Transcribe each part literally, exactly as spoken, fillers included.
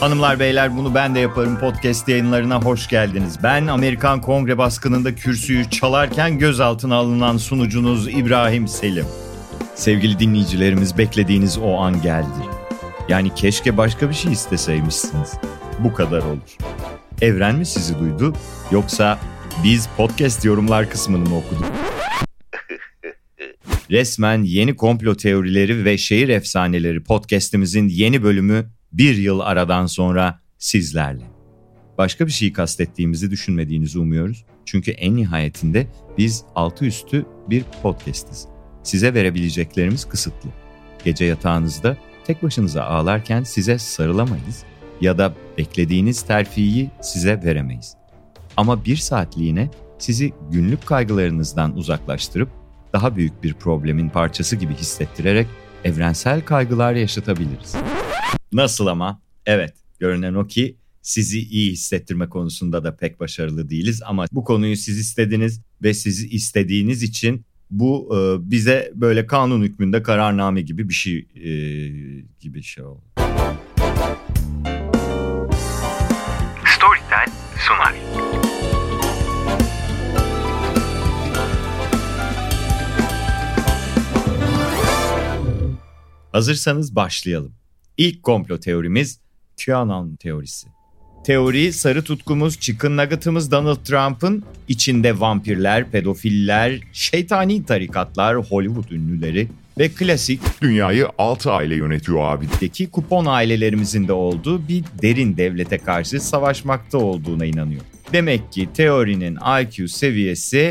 Hanımlar beyler, bunu ben de yaparım podcast yayınlarına hoş geldiniz. Ben Amerikan Kongre baskınında kürsüyü çalarken gözaltına alınan sunucunuz İbrahim Selim. Sevgili dinleyicilerimiz, beklediğiniz o an geldi. Yani keşke başka bir şey isteseymişsiniz. Bu kadar olur. Evren mi sizi duydu, yoksa biz podcast yorumlar kısmını mı okuduk? Resmen Yeni Komplo Teorileri ve Şehir Efsaneleri podcastimizin yeni bölümü bir yıl aradan sonra sizlerle. Başka bir şey kastettiğimizi düşünmediğinizi umuyoruz. Çünkü en nihayetinde biz altı üstü bir podcastiz. Size verebileceklerimiz kısıtlı. Gece yatağınızda tek başınıza ağlarken size sarılamayız ya da beklediğiniz terfiyi size veremeyiz. Ama bir saatliğine sizi günlük kaygılarınızdan uzaklaştırıp daha büyük bir problemin parçası gibi hissettirerek evrensel kaygılar yaşatabiliriz. Nasıl ama? Evet, görünen o ki sizi iyi hissettirme konusunda da pek başarılı değiliz ama bu konuyu siz istediniz ve sizi istediğiniz için bu e, bize böyle kanun hükmünde kararname gibi bir şey e, gibi bir şey oldu. Storytel sunar. Hazırsanız başlayalım. İlk komplo teorimiz QAnon teorisi. Teori, sarı tutkumuz, chicken nugget'ımız Donald Trump'ın içinde vampirler, pedofiller, şeytani tarikatlar, Hollywood ünlüleri ve klasik dünyayı altı aile yönetiyor abideki kupon ailelerimizin de olduğu bir derin devlete karşı savaşmakta olduğuna inanıyor. Demek ki teorinin I Q seviyesi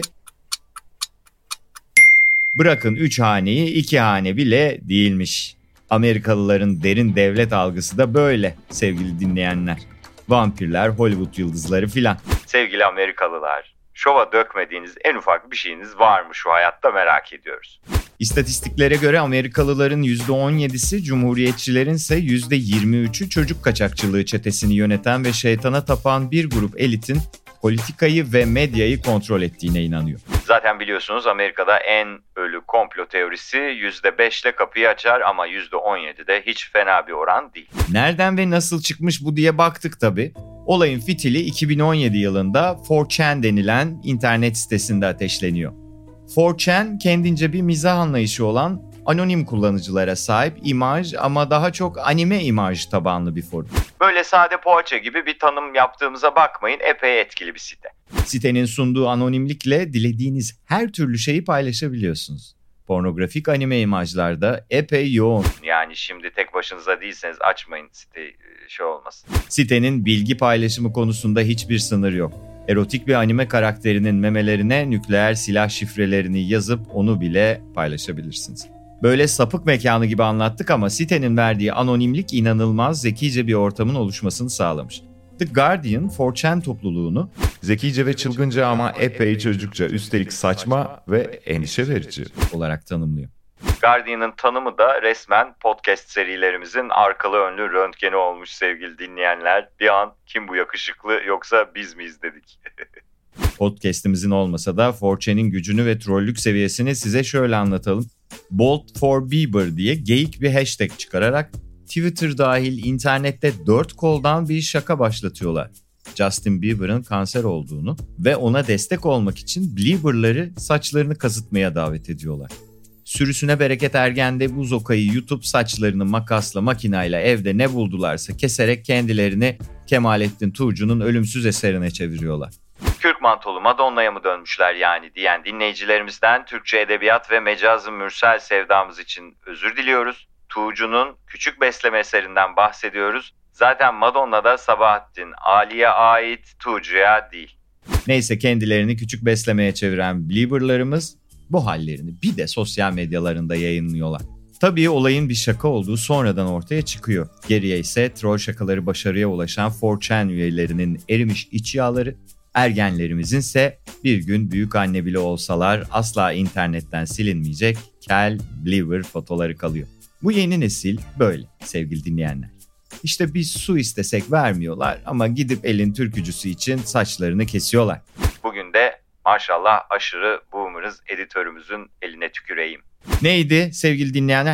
bırakın üç haneyi iki hane bile değilmiş. Amerikalıların derin devlet algısı da böyle sevgili dinleyenler. Vampirler, Hollywood yıldızları filan. Sevgili Amerikalılar, şova dökmediğiniz en ufak bir şeyiniz var mı şu hayatta, merak ediyoruz. İstatistiklere göre Amerikalıların yüzde on yedisi, Cumhuriyetçilerin ise yüzde yirmi üçü çocuk kaçakçılığı çetesini yöneten ve şeytana tapan bir grup elitin politikayı ve medyayı kontrol ettiğine inanıyor. Zaten biliyorsunuz Amerika'da en ölü komplo teorisi yüzde beşle kapıyı açar ama yüzde on yedide hiç fena bir oran değil. Nereden ve nasıl çıkmış bu diye baktık tabii. Olayın fitili iki bin on yedi yılında four chan denilen internet sitesinde ateşleniyor. four chan kendince bir mizah anlayışı olan anonim kullanıcılara sahip imaj ama daha çok anime imaj tabanlı bir forum. Böyle sade poğaça gibi bir tanım yaptığımıza bakmayın, epey etkili bir site. Sitenin sunduğu anonimlikle dilediğiniz her türlü şeyi paylaşabiliyorsunuz. Pornografik anime imajlar da epey yoğun. Yani şimdi tek başınıza değilseniz açmayın siteyi, şey olmasın. Sitenin bilgi paylaşımı konusunda hiçbir sınır yok. Erotik bir anime karakterinin memelerine nükleer silah şifrelerini yazıp onu bile paylaşabilirsiniz. Böyle sapık mekanı gibi anlattık ama sitenin verdiği anonimlik inanılmaz zekice bir ortamın oluşmasını sağlamış. The Guardian, four chan topluluğunu zekice ve çılgınca ama epey çocukça, üstelik saçma ve endişe verici olarak tanımlıyor. Guardian'ın tanımı da resmen podcast serilerimizin arkalı önlü röntgeni olmuş sevgili dinleyenler. Bir an kim bu yakışıklı yoksa biz mi izledik? Podcast'imizin olmasa da four chan'in gücünü ve trollük seviyesini size şöyle anlatalım. Bolt for Bieber diye geyik bir hashtag çıkararak Twitter dahil internette dört koldan bir şaka başlatıyorlar. Justin Bieber'ın kanser olduğunu ve ona destek olmak için Bieber'ları saçlarını kazıtmaya davet ediyorlar. Sürüsüne bereket Ergen'de bu zokayı yutup saçlarını makasla makinayla evde ne buldularsa keserek kendilerini Kemalettin Tuğcu'nun ölümsüz eserine çeviriyorlar. Kürk mantolu Madonna'ya mı dönmüşler yani diyen dinleyicilerimizden Türkçe edebiyat ve mecaz-ı mürsel sevdamız için özür diliyoruz. Tuğcu'nun küçük besleme eserinden bahsediyoruz. Zaten Madonna'da Sabahattin Ali'ye ait, Tuğcu'ya değil. Neyse, kendilerini küçük beslemeye çeviren Bieber'larımız bu hallerini bir de sosyal medyalarında yayınlıyorlar. Tabii olayın bir şaka olduğu sonradan ortaya çıkıyor. Geriye ise troll şakaları başarıya ulaşan four chan üyelerinin erimiş iç yağları, ergenlerimizin ise bir gün büyük anne bile olsalar asla internetten silinmeyecek kel Belieber fotoları kalıyor. Bu yeni nesil böyle sevgili dinleyenler. İşte biz su istesek vermiyorlar ama gidip elin türkücüsü için saçlarını kesiyorlar. Bugün de maşallah aşırı boomerız editörümüzün eline tüküreyim. Neydi sevgili dinleyenler? Heh,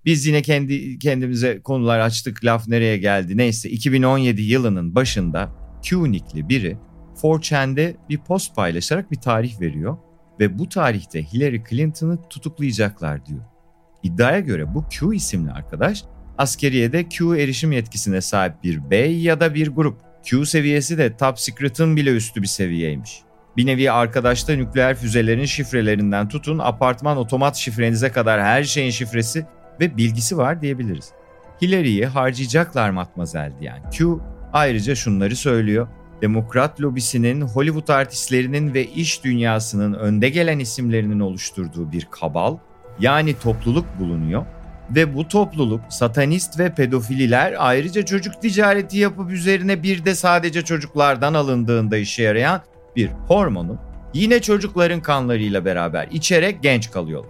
Biz yine kendi kendimize konular açtık, laf nereye geldi neyse. iki bin on yedi yılının başında Q nickli biri four chan'de bir post paylaşarak bir tarih veriyor ve bu tarihte Hillary Clinton'ı tutuklayacaklar diyor. İddiaya göre bu Q isimli arkadaş askeriyede Q erişim yetkisine sahip bir bey ya da bir grup. Q seviyesi de Top Secret'ın bile üstü bir seviyeymiş. Bir nevi arkadaşta nükleer füzelerin şifrelerinden tutun apartman otomat şifrenize kadar her şeyin şifresi ve bilgisi var diyebiliriz. Hillary'yi harcayacaklar matmazel diyen Q ayrıca şunları söylüyor. Demokrat lobisinin, Hollywood artistlerinin ve iş dünyasının önde gelen isimlerinin oluşturduğu bir kabal, yani topluluk bulunuyor ve bu topluluk satanist ve pedofililer ayrıca çocuk ticareti yapıp üzerine bir de sadece çocuklardan alındığında işe yarayan bir hormonu yine çocukların kanlarıyla beraber içerek genç kalıyorlar.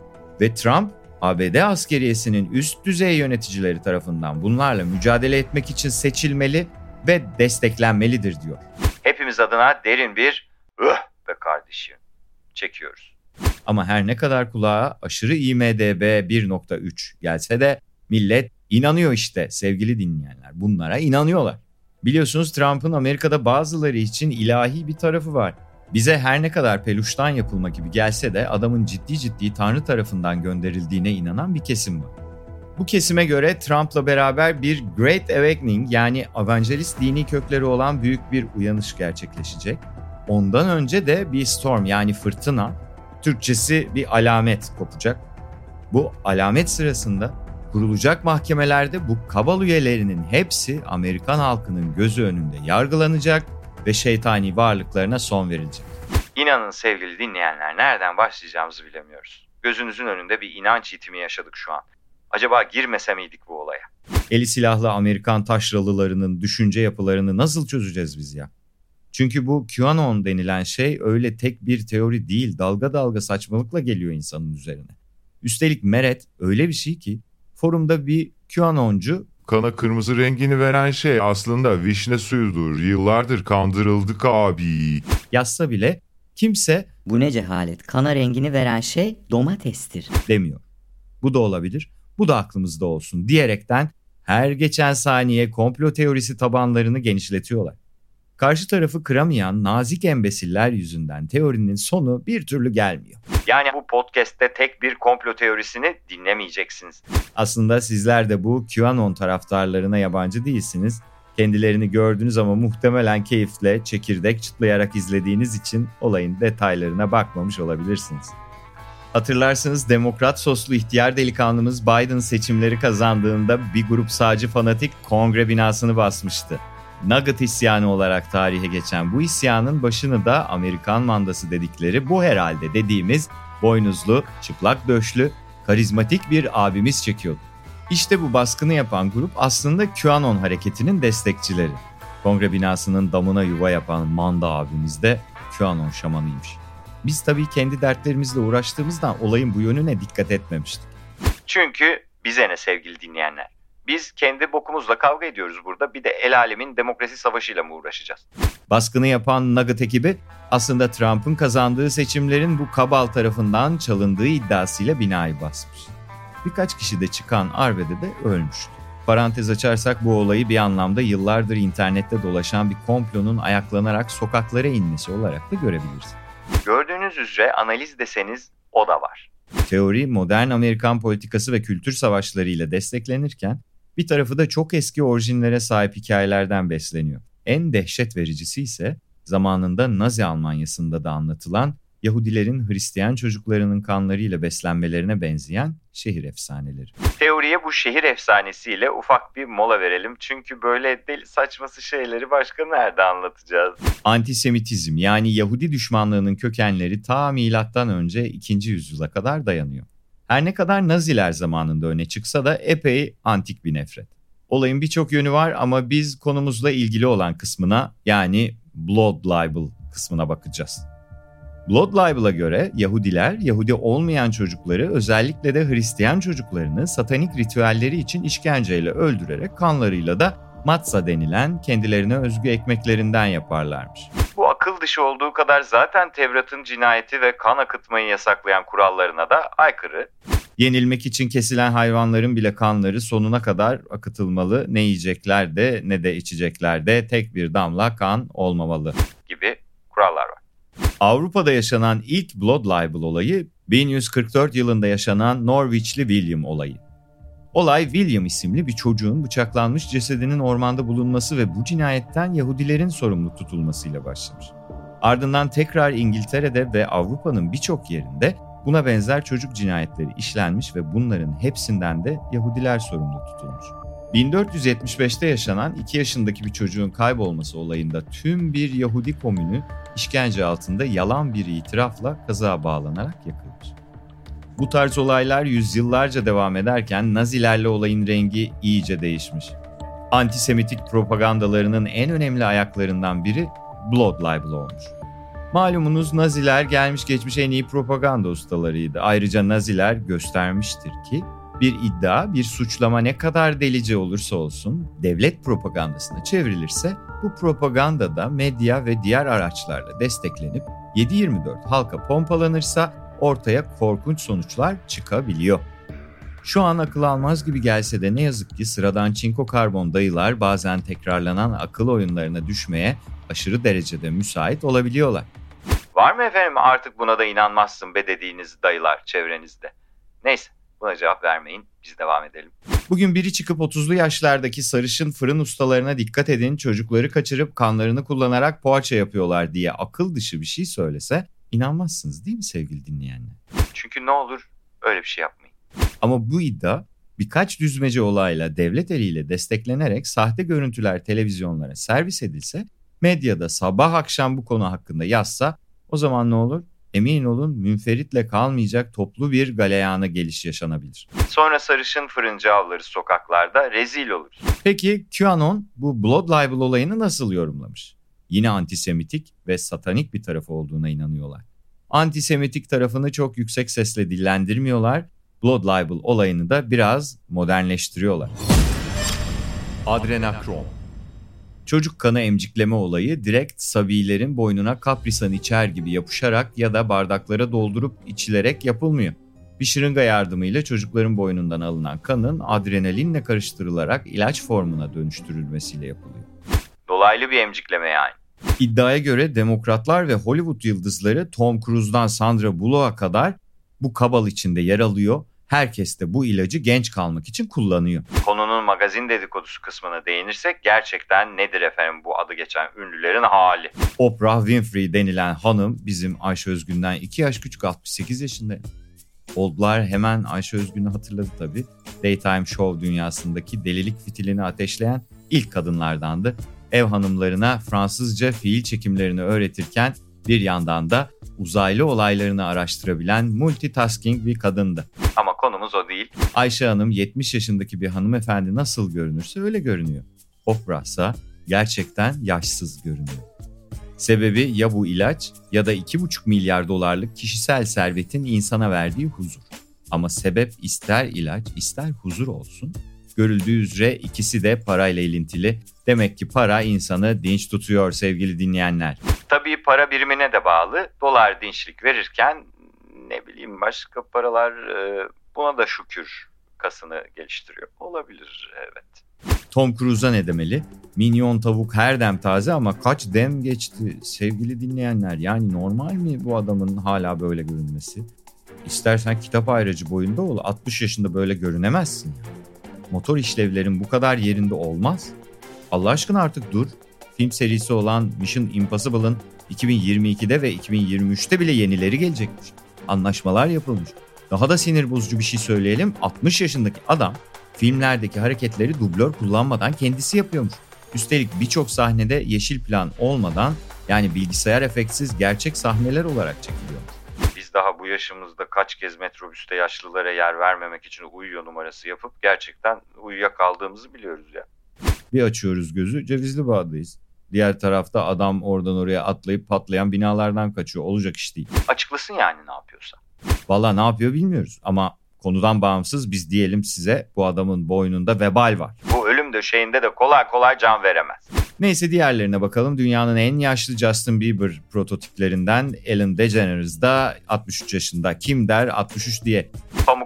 Ve Trump, A B D askeriyesinin üst düzey yöneticileri tarafından bunlarla mücadele etmek için seçilmeli ve desteklenmelidir diyor. Hepimiz adına derin bir "Üh be kardeşim" çekiyoruz. Ama her ne kadar kulağa aşırı I M D B bir nokta üç gelse de millet inanıyor işte sevgili dinleyenler. Bunlara inanıyorlar. Biliyorsunuz Trump'ın Amerika'da bazıları için ilahi bir tarafı var. Bize her ne kadar peluştan yapılma gibi gelse de adamın ciddi ciddi Tanrı tarafından gönderildiğine inanan bir kesim var. Bu kesime göre Trump'la beraber bir Great Awakening yani evangelist dini kökleri olan büyük bir uyanış gerçekleşecek. Ondan önce de bir storm yani fırtına, Türkçesi bir alamet kopacak. Bu alamet sırasında kurulacak mahkemelerde bu kabal üyelerinin hepsi Amerikan halkının gözü önünde yargılanacak ve şeytani varlıklarına son verilecek. İnanın sevgili dinleyenler, nereden başlayacağımızı bilemiyoruz. Gözünüzün önünde bir inanç yitimi yaşadık şu an. Acaba girmese miydik bu olaya? Eli silahlı Amerikan taşralılarının düşünce yapılarını nasıl çözeceğiz biz ya? Çünkü bu QAnon denilen şey öyle tek bir teori değil, dalga dalga saçmalıkla geliyor insanın üzerine. Üstelik meret öyle bir şey ki forumda bir QAnoncu kana kırmızı rengini veren şey aslında vişne suyudur. Yıllardır kandırıldık abi. yazsa bile kimse Bu ne cehalet? Kana rengini veren şey domatestir demiyor. Bu da olabilir, bu da aklımızda olsun diyerekten her geçen saniye komplo teorisi tabanlarını genişletiyorlar. Karşı tarafı kıramayan nazik embesiller yüzünden teorinin sonu bir türlü gelmiyor. Yani bu podcast'te tek bir komplo teorisini dinlemeyeceksiniz. Aslında sizler de bu QAnon taraftarlarına yabancı değilsiniz. Kendilerini gördünüz ama muhtemelen keyifle çekirdek çıtlayarak izlediğiniz için olayın detaylarına bakmamış olabilirsiniz. Hatırlarsınız demokrat soslu ihtiyar delikanlımız Biden seçimleri kazandığında bir grup sağcı fanatik kongre binasını basmıştı. Nugget isyanı olarak tarihe geçen bu isyanın başını da Amerikan mandası dedikleri bu herhalde dediğimiz boynuzlu, çıplak döşlü, karizmatik bir abimiz çekiyordu. İşte bu baskını yapan grup aslında QAnon hareketinin destekçileri. Kongre binasının damına yuva yapan manda abimiz de QAnon şamanıymış. Biz tabii kendi dertlerimizle uğraştığımızdan olayın bu yönüne dikkat etmemiştik. Çünkü bize ne sevgili dinleyenler? Biz kendi bokumuzla kavga ediyoruz burada. Bir de el alemin demokrasi savaşıyla mı uğraşacağız? Baskını yapan Nugget ekibi aslında Trump'ın kazandığı seçimlerin bu kabal tarafından çalındığı iddiasıyla binayı basmış. Birkaç kişi de çıkan arbede de ölmüştü. Parantez açarsak bu olayı bir anlamda yıllardır internette dolaşan bir komplonun ayaklanarak sokaklara inmesi olarak da görebiliriz. Gördüğünüz üzere analiz deseniz o da var. Teori modern Amerikan politikası ve kültür savaşları ile desteklenirken bir tarafı da çok eski orijinlere sahip hikayelerden besleniyor. En dehşet vericisi ise zamanında Nazi Almanyası'nda da anlatılan Yahudilerin Hristiyan çocuklarının kanlarıyla beslenmelerine benzeyen şehir efsaneleri. Teoriye bu şehir efsanesiyle ufak bir mola verelim. Çünkü böyle deli saçması şeyleri başka nerede anlatacağız? Antisemitizm yani Yahudi düşmanlığının kökenleri ta milattan önce ikinci yüzyıla kadar dayanıyor. Her ne kadar Naziler zamanında öne çıksa da epey antik bir nefret. Olayın birçok yönü var ama biz konumuzla ilgili olan kısmına yani Blood Libel kısmına bakacağız. Blood Libel'a göre Yahudiler, Yahudi olmayan çocukları özellikle de Hristiyan çocuklarını satanik ritüelleri için işkenceyle öldürerek kanlarıyla da matzah denilen kendilerine özgü ekmeklerinden yaparlarmış. Bu akıl dışı olduğu kadar zaten Tevrat'ın cinayeti ve kan akıtmayı yasaklayan kurallarına da aykırı. Yenilmek için kesilen hayvanların bile kanları sonuna kadar akıtılmalı. Ne yiyecekler de ne de içecekler de tek bir damla kan olmamalı gibi kurallar var. Avrupa'da yaşanan ilk blood libel olayı bin yüz kırk dört yılında yaşanan Norwich'li William olayı. Olay William isimli bir çocuğun bıçaklanmış cesedinin ormanda bulunması ve bu cinayetten Yahudilerin sorumlu tutulmasıyla başlamış. Ardından tekrar İngiltere'de ve Avrupa'nın birçok yerinde buna benzer çocuk cinayetleri işlenmiş ve bunların hepsinden de Yahudiler sorumlu tutulmuş. bin dört yüz yetmiş beşte yaşanan iki yaşındaki bir çocuğun kaybolması olayında tüm bir Yahudi komünü işkence altında yalan bir itirafla kazığa bağlanarak yakılmış. Bu tarz olaylar yüzyıllarca devam ederken Nazilerle olayın rengi iyice değişmiş. Antisemitik propagandalarının en önemli ayaklarından biri blood libel olmuş. Malumunuz Naziler gelmiş geçmiş en iyi propaganda ustalarıydı. Ayrıca Naziler göstermiştir ki bir iddia, bir suçlama ne kadar delice olursa olsun devlet propagandasına çevrilirse bu propaganda da medya ve diğer araçlarla desteklenip yedi yirmi dört halka pompalanırsa ortaya korkunç sonuçlar çıkabiliyor. Şu an akıl almaz gibi gelse de ne yazık ki sıradan çinko karbon dayılar bazen tekrarlanan akıl oyunlarına düşmeye aşırı derecede müsait olabiliyorlar. Var mı efendim artık buna da inanmazsın be dediğiniz dayılar çevrenizde? Neyse, buna cevap vermeyin, biz devam edelim. Bugün biri çıkıp otuzlu yaşlardaki sarışın fırın ustalarına dikkat edin, çocukları kaçırıp kanlarını kullanarak poğaça yapıyorlar diye akıl dışı bir şey söylese inanmazsınız değil mi sevgili dinleyenler? Çünkü ne olur öyle bir şey yapmayın. Ama bu iddia birkaç düzmece olayla devlet eliyle desteklenerek sahte görüntüler televizyonlara servis edilse, medyada sabah akşam bu konu hakkında yazsa o zaman ne olur? Emin olun münferitle kalmayacak toplu bir galeyana geliş yaşanabilir. Sonra sarışın fırıncı avları sokaklarda rezil olur. Peki QAnon bu blood libel olayını nasıl yorumlamış? Yine antisemitik ve satanik bir tarafı olduğuna inanıyorlar. Antisemitik tarafını çok yüksek sesle dillendirmiyorlar. Blood libel olayını da biraz modernleştiriyorlar. Adrenokrom. Çocuk kanı emcikleme olayı direkt sabilerin boynuna kaprisan içer gibi yapışarak ya da bardaklara doldurup içilerek yapılmıyor. Bir şırınga yardımıyla çocukların boynundan alınan kanın adrenalinle karıştırılarak ilaç formuna dönüştürülmesiyle yapılıyor. Dolaylı bir emcikleme yani. İddiaya göre demokratlar ve Hollywood yıldızları Tom Cruise'dan Sandra Bullock'a kadar bu kabal içinde yer alıyor. Herkes de bu ilacı genç kalmak için kullanıyor. Konunun magazin dedikodusu kısmına değinirsek gerçekten nedir efendim bu adı geçen ünlülerin hali? Oprah Winfrey denilen hanım bizim Ayşe Özgün'den iki yaş küçük, altmış sekiz yaşında. Oldlar hemen Ayşe Özgün'ü hatırladı tabii. Daytime Show dünyasındaki delilik fitilini ateşleyen ilk kadınlardandı. Ev hanımlarına Fransızca fiil çekimlerini öğretirken bir yandan da uzaylı olaylarını araştırabilen multitasking bir kadındı. Ama konumuz o değil. Ayşe Hanım yetmiş yaşındaki bir hanımefendi nasıl görünürse öyle görünüyor. Oprah ise gerçekten yaşsız görünüyor. Sebebi ya bu ilaç ya da iki buçuk milyar dolarlık kişisel servetin insana verdiği huzur. Ama sebep ister ilaç ister huzur olsun. Görüldüğü üzere ikisi de parayla ilintili. Demek ki para insanı dinç tutuyor sevgili dinleyenler. Tabii para birimine de bağlı. Dolar dinçlik verirken ne bileyim başka paralar e, buna da şükür kasını geliştiriyor. Olabilir evet. Tom Cruise'a ne demeli? Minyon tavuk her dem taze ama kaç dem geçti sevgili dinleyenler. Yani normal mi bu adamın hala böyle görünmesi? İstersen kitap ayracı boyunda ol. altmış yaşında böyle görünemezsin ya. Motor işlevlerin bu kadar yerinde olmaz. Allah aşkına artık dur. Film serisi olan Mission Impossible'ın iki bin yirmi ikide ve iki bin yirmi üçte bile yenileri gelecekmiş. Anlaşmalar yapılmış. Daha da sinir bozucu bir şey söyleyelim. altmış yaşındaki adam filmlerdeki hareketleri dublör kullanmadan kendisi yapıyormuş. Üstelik birçok sahnede yeşil plan olmadan yani bilgisayar efektsiz gerçek sahneler olarak çekiliyormuş. Biz daha bu yaşımızda kaç kez metrobüste yaşlılara yer vermemek için uyuyor numarası yapıp gerçekten uyuyakaldığımızı biliyoruz ya. Bir açıyoruz gözü Cevizli Bağ'dayız. Diğer tarafta adam oradan oraya atlayıp patlayan binalardan kaçıyor. Olacak iş değil. Açıklasın yani ne yapıyorsa. Valla ne yapıyor bilmiyoruz ama konudan bağımsız biz diyelim size bu adamın boynunda vebal var. Bu ölüm döşeğinde de kolay kolay can veremez. Neyse diğerlerine bakalım. Dünyanın en yaşlı Justin Bieber prototiplerinden Ellen DeGeneres da altmış üç yaşında. Kim der altmış üç diye. Pamuk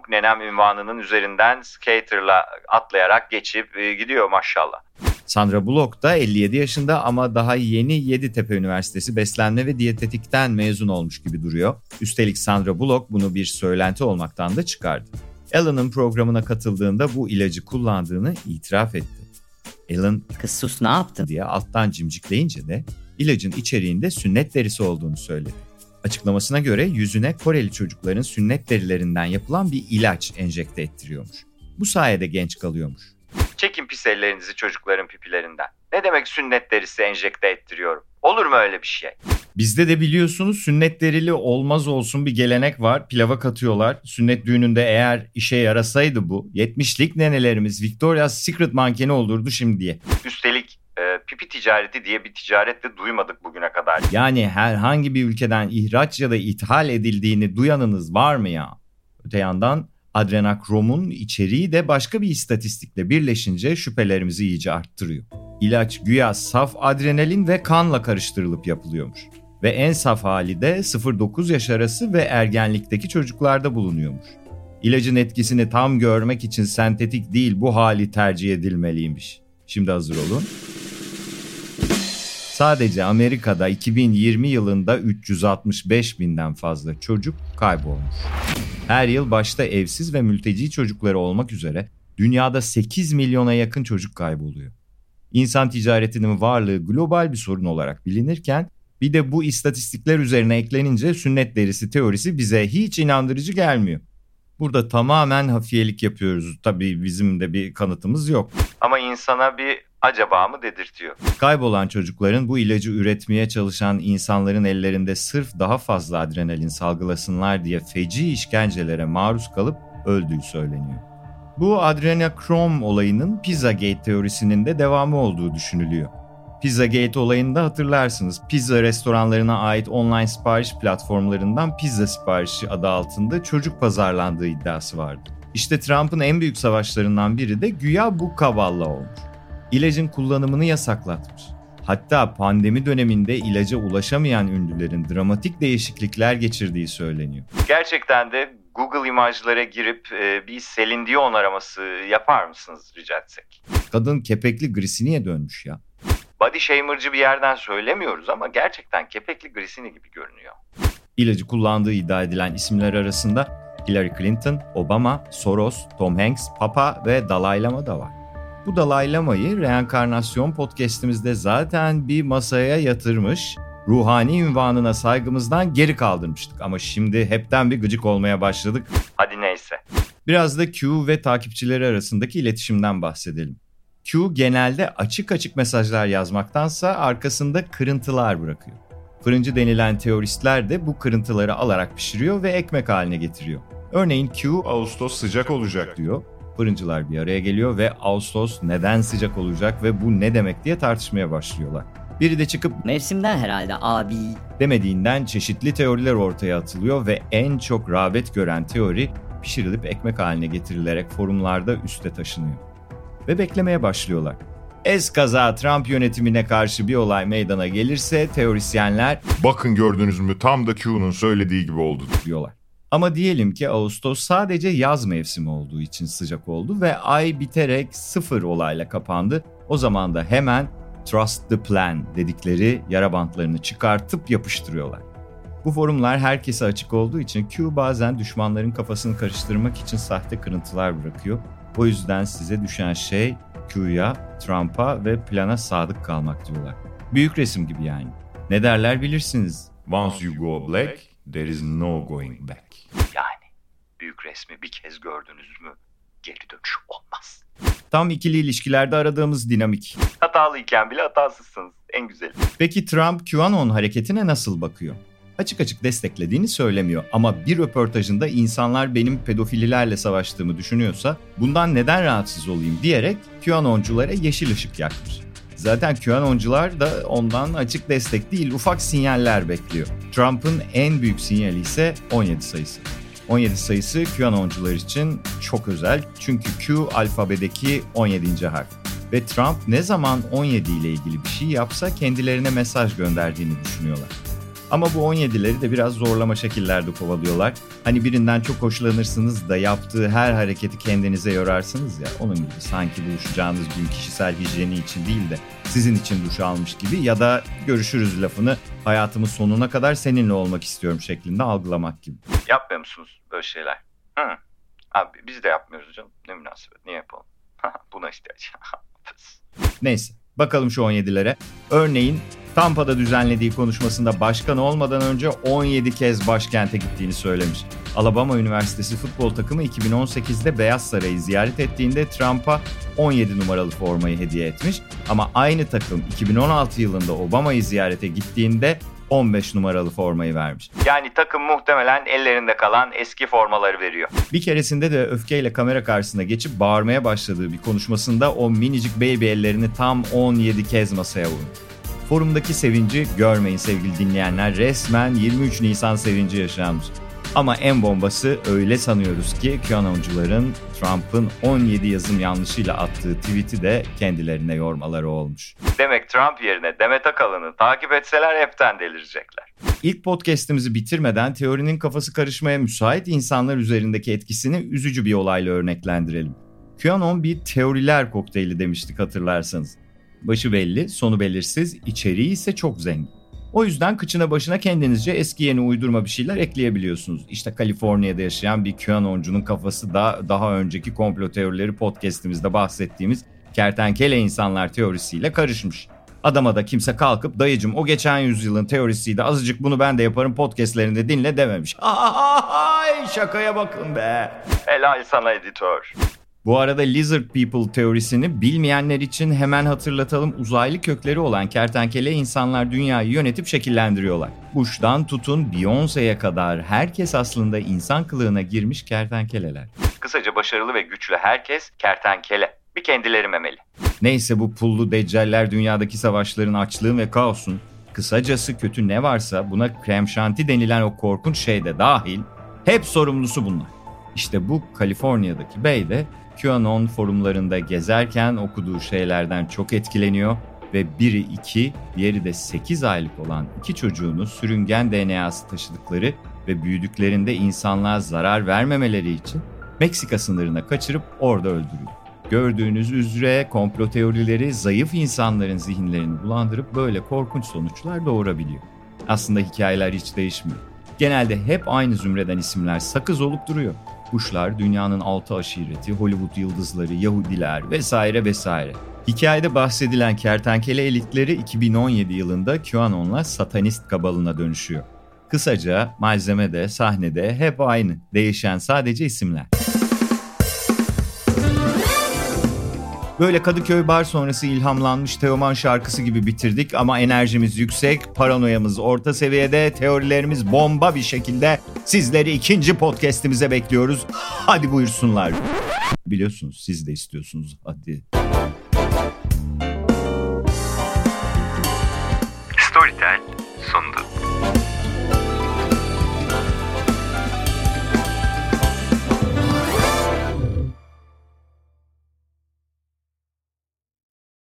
çabuk nenem ünvanının üzerinden skaterla atlayarak geçip e, gidiyor maşallah. Sandra Bullock da elli yedi yaşında ama daha yeni Yeditepe Üniversitesi Beslenme ve Diyetetik'ten mezun olmuş gibi duruyor. Üstelik Sandra Bullock bunu bir söylenti olmaktan da çıkardı. Ellen'ın programına katıldığında bu ilacı kullandığını itiraf etti. Ellen, "Kız sus, ne yaptın?" diye alttan cimcikleyince de ilacın içeriğinde sünnet derisi olduğunu söyledi. Açıklamasına göre yüzüne Koreli çocukların sünnet derilerinden yapılan bir ilaç enjekte ettiriyormuş. Bu sayede genç kalıyormuş. Çekin pis ellerinizi çocukların pipilerinden. Ne demek sünnet derisi enjekte ettiriyorum? Olur mu öyle bir şey? Bizde de biliyorsunuz sünnet derili olmaz olsun bir gelenek var. Pilava katıyorlar. Sünnet düğününde eğer işe yarasaydı bu, yetmişlik nenelerimiz Victoria's Secret mankeni olurdu şimdiye. Üstelik e, pipi ticareti diye bir ticaret de duymadık bugüne kadar. Yani herhangi bir ülkeden ihraç ya da ithal edildiğini duyanınız var mı ya? Öte yandan adrenokromun içeriği de başka bir istatistikle birleşince şüphelerimizi iyice arttırıyor. İlaç güya saf adrenalin ve kanla karıştırılıp yapılıyormuş. Ve en saf hali de sıfır dokuz yaş arası ve ergenlikteki çocuklarda bulunuyormuş. İlacın etkisini tam görmek için sentetik değil bu hali tercih edilmeliymiş. Şimdi hazır olun. Sadece Amerika'da iki bin yirmi yılında üç yüz altmış beş binden fazla çocuk kaybolmuş. Her yıl başta evsiz ve mülteci çocukları olmak üzere dünyada sekiz milyona yakın çocuk kayboluyor. İnsan ticaretinin varlığı global bir sorun olarak bilinirken bir de bu istatistikler üzerine eklenince sünnet derisi teorisi bize hiç inandırıcı gelmiyor. Burada tamamen hafiyelik yapıyoruz. Tabii bizim de bir kanıtımız yok. Ama insana bir acaba mı dedirtiyor. Kaybolan çocukların bu ilacı üretmeye çalışan insanların ellerinde sırf daha fazla adrenalin salgılasınlar diye feci işkencelere maruz kalıp öldüğü söyleniyor. Bu adrenokrom olayının Pizzagate teorisinin de devamı olduğu düşünülüyor. Pizzagate olayında hatırlarsınız, pizza restoranlarına ait online sipariş platformlarından pizza siparişi adı altında çocuk pazarlandığı iddiası vardı. İşte Trump'ın en büyük savaşlarından biri de güya bu kaballa olmuş. İlacın kullanımını yasaklatmış. Hatta pandemi döneminde ilaca ulaşamayan ünlülerin dramatik değişiklikler geçirdiği söyleniyor. Gerçekten de Google imajlara girip e, bir Celine Dion araması yapar mısınız rica etsek? Kadın kepekli Grisini'ye dönmüş ya. Body shamer'cı bir yerden söylemiyoruz ama gerçekten kepekli Grisini gibi görünüyor. İlacı kullandığı iddia edilen isimler arasında Hillary Clinton, Obama, Soros, Tom Hanks, Papa ve Dalai Lama da var. Bu Dalai Lama'yı Reenkarnasyon podcast'imizde zaten bir masaya yatırmış, ruhani ünvanına saygımızdan geri kaldırmıştık. Ama şimdi hepten bir gıcık olmaya başladık. Hadi neyse. Biraz da Q ve takipçileri arasındaki iletişimden bahsedelim. Q genelde açık açık mesajlar yazmaktansa arkasında kırıntılar bırakıyor. Fırıncı denilen teoristler de bu kırıntıları alarak pişiriyor ve ekmek haline getiriyor. Örneğin Q, Ağustos sıcak olacak diyor. Fırıncılar bir araya geliyor ve Ağustos neden sıcak olacak ve bu ne demek diye tartışmaya başlıyorlar. Biri de çıkıp "Mevsimden herhalde abi" demediğinden çeşitli teoriler ortaya atılıyor ve en çok rağbet gören teori pişirilip ekmek haline getirilerek forumlarda üste taşınıyor. Ve beklemeye başlıyorlar. Eskaza Trump yönetimine karşı bir olay meydana gelirse teorisyenler "Bakın gördünüz mü tam da Q'nun söylediği gibi oldu" diyorlar. Ama diyelim ki Ağustos sadece yaz mevsimi olduğu için sıcak oldu ve ay biterek sıfır olayla kapandı. O zaman da hemen trust the plan dedikleri yara bantlarını çıkartıp yapıştırıyorlar. Bu forumlar herkese açık olduğu için Q bazen düşmanların kafasını karıştırmak için sahte kırıntılar bırakıyor. O yüzden size düşen şey Q'ya, Trump'a ve plana sadık kalmak diyorlar. Büyük resim gibi yani. Ne derler bilirsiniz. "Once you go black, there is no going back." Yani büyük resmi bir kez gördünüz mü geri dönüş olmaz. Tam ikili ilişkilerde aradığımız dinamik. Hatalıyken bile hatasızsınız. En güzeli. Peki Trump QAnon hareketine nasıl bakıyor? Açık açık desteklediğini söylemiyor ama bir röportajında insanlar benim pedofililerle savaştığımı düşünüyorsa bundan neden rahatsız olayım diyerek QAnonculara yeşil ışık yakmış. Zaten QAnoncular da ondan açık destek değil ufak sinyaller bekliyor. Trump'ın en büyük sinyali ise on yedi sayısı. on yedi sayısı QAnoncular için çok özel çünkü Q alfabedeki on yedinci harf. Ve Trump ne zaman on yedi ile ilgili bir şey yapsa kendilerine mesaj gönderdiğini düşünüyorlar. Ama bu on yedileri de biraz zorlama şekillerde kovalıyorlar. Hani birinden çok hoşlanırsınız da yaptığı her hareketi kendinize yorarsınız ya. Onun gibi sanki buluşacağınız gün kişisel hijyeni için değil de sizin için duş almış gibi ya da görüşürüz lafını hayatımın sonuna kadar seninle olmak istiyorum şeklinde algılamak gibi. Yapmıyor musunuz böyle şeyler? Hı. Abi biz de yapmıyoruz canım. Ne münasebet, niye yapalım? Buna ihtiyaç. Neyse bakalım şu on yedilere. Örneğin Tampa'da düzenlediği konuşmasında başkan olmadan önce on yedi kez başkente gittiğini söylemiş. Alabama Üniversitesi futbol takımı iki bin on sekizde Beyaz Saray'ı ziyaret ettiğinde Trump'a on yedi numaralı formayı hediye etmiş. Ama aynı takım iki bin on altı yılında Obama'yı ziyarete gittiğinde on beş numaralı formayı vermiş. Yani takım muhtemelen ellerinde kalan eski formaları veriyor. Bir keresinde de öfkeyle kamera karşısına geçip bağırmaya başladığı bir konuşmasında o minicik baby ellerini tam on yedi kez masaya vurmuş. Forumdaki sevinci görmeyin sevgili dinleyenler, resmen yirmi üç Nisan sevinci yaşanmış. Ama en bombası öyle sanıyoruz ki QAnoncuların Trump'ın on yedi yazım yanlışıyla attığı tweet'i de kendilerine yormaları olmuş. Demek Trump yerine Demet Akalın'ı takip etseler hepten delirecekler. İlk podcast'imizi bitirmeden teorinin kafası karışmaya müsait insanlar üzerindeki etkisini üzücü bir olayla örneklendirelim. QAnon bir teoriler kokteyli demiştik hatırlarsanız. Başı belli, sonu belirsiz, içeriği ise çok zengin. O yüzden kıçına başına kendinizce eski yeni uydurma bir şeyler ekleyebiliyorsunuz. İşte Kaliforniya'da yaşayan bir QAnoncunun kafası da daha önceki komplo teorileri podcast'imizde bahsettiğimiz kertenkele insanlar teorisiyle karışmış. Adama da kimse kalkıp dayıcım o geçen yüzyılın teorisiydi azıcık bunu ben de yaparım podcast'lerinde dinle dememiş. Ay şakaya bakın be. Helal sana editör. Bu arada Lizard People teorisini bilmeyenler için hemen hatırlatalım. Uzaylı kökleri olan kertenkele insanlar dünyayı yönetip şekillendiriyorlar. Bush'tan tutun Beyoncé'ye kadar herkes aslında insan kılığına girmiş kertenkeleler. Kısaca başarılı ve güçlü herkes kertenkele. Bir kendileri memeli. Neyse bu pullu deccaller dünyadaki savaşların, açlığın ve kaosun, kısacası kötü ne varsa buna krem şanti denilen o korkunç şey de dahil, hep sorumlusu bunlar. İşte bu Kaliforniya'daki bey de QAnon forumlarında gezerken okuduğu şeylerden çok etkileniyor ve biri iki, diğeri de sekiz aylık olan iki çocuğunu sürüngen D N A'sı taşıdıkları ve büyüdüklerinde insanlığa zarar vermemeleri için Meksika sınırına kaçırıp orada öldürüyor. Gördüğünüz üzere komplo teorileri zayıf insanların zihinlerini bulandırıp böyle korkunç sonuçlar doğurabiliyor. Aslında hikayeler hiç değişmiyor. Genelde hep aynı zümreden isimler sakız olup duruyor. Bush'lar, dünyanın altı aşireti, Hollywood yıldızları, Yahudiler vesaire vesaire. Hikayede bahsedilen kertenkele elitleri iki bin on yedi yılında QAnon'la satanist kabalına dönüşüyor. Kısaca malzeme de sahnede hep aynı. Değişen sadece isimler. Böyle Kadıköy bar sonrası ilhamlanmış Teoman şarkısı gibi bitirdik ama enerjimiz yüksek, paranoyamız orta seviyede, teorilerimiz bomba bir şekilde sizleri ikinci podcast'imize bekliyoruz. Hadi buyursunlar. Biliyorsunuz siz de istiyorsunuz. Hadi. Storytel sundu.